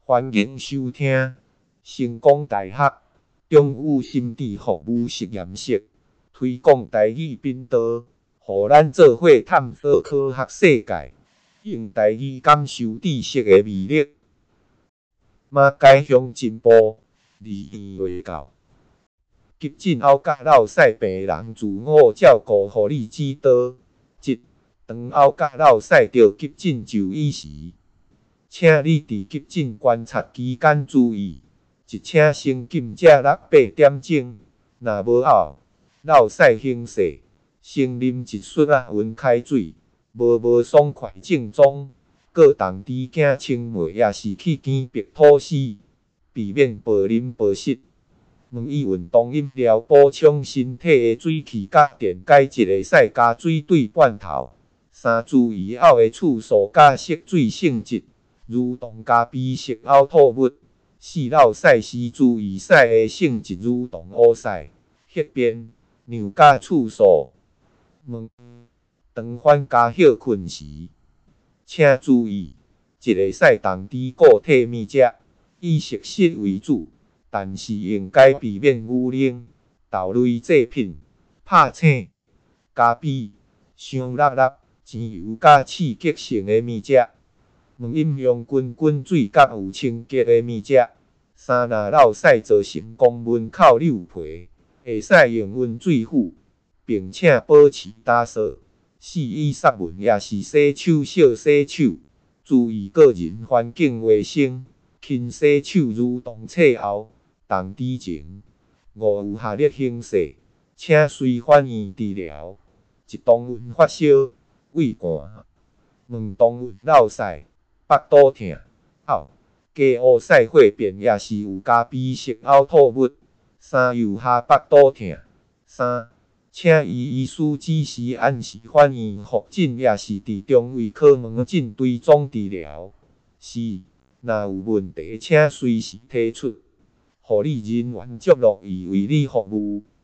欢迎收听成功大学中午心智服务实验室推广台语频道，互咱做伙探索科学世界，用台语感受知识的魅力。马街乡进步2月到，急诊后甲落屎病人自我照顾护理指导。1. 当后甲落屎到急诊就医时，请你伫急诊观察期间注意，一请先禁食6-8点钟，若无后落屎形势，先啉一屑温开水，无爽快症状，过动知惊清脉也是去见白吐司，避免暴饮暴食。2. 以运动饮料补充身体的水气甲电解质，会使加水对半头。3. 注意呕的次数甲色水性质，如同咖啡色呕吐物。4. 落屎时注意屎的性质，如同乌屎、血便、尿甲次数。2. 当返家歇困时，请注意，一个使动之固体物质，以熟食为主，但是应该避免牛奶、豆类制品、拍醒、咖啡、香辣、甜油甲刺激性的物质。2. 饮用滚水甲有清洁的物质。3. 若落屎造成肛门口扭皮，会使用温水敷，并且保持打扫。4. 以杀蚊也是洗手少洗手，注意个人环境卫生，勤洗手如同册后、动之前。5. 有下列形势，请随反院治疗：1. 动运发烧、畏寒； 2. 动运落屎、腹肚痛、呕、加乌屎血便也是有咖啡色呕吐物。3. 右下腹肚痛。3. 请依医师指示按时返院复诊，也是伫中胃科门诊追踪治疗。4. 若有问题，请随时提出，护理人员足乐意为你服务。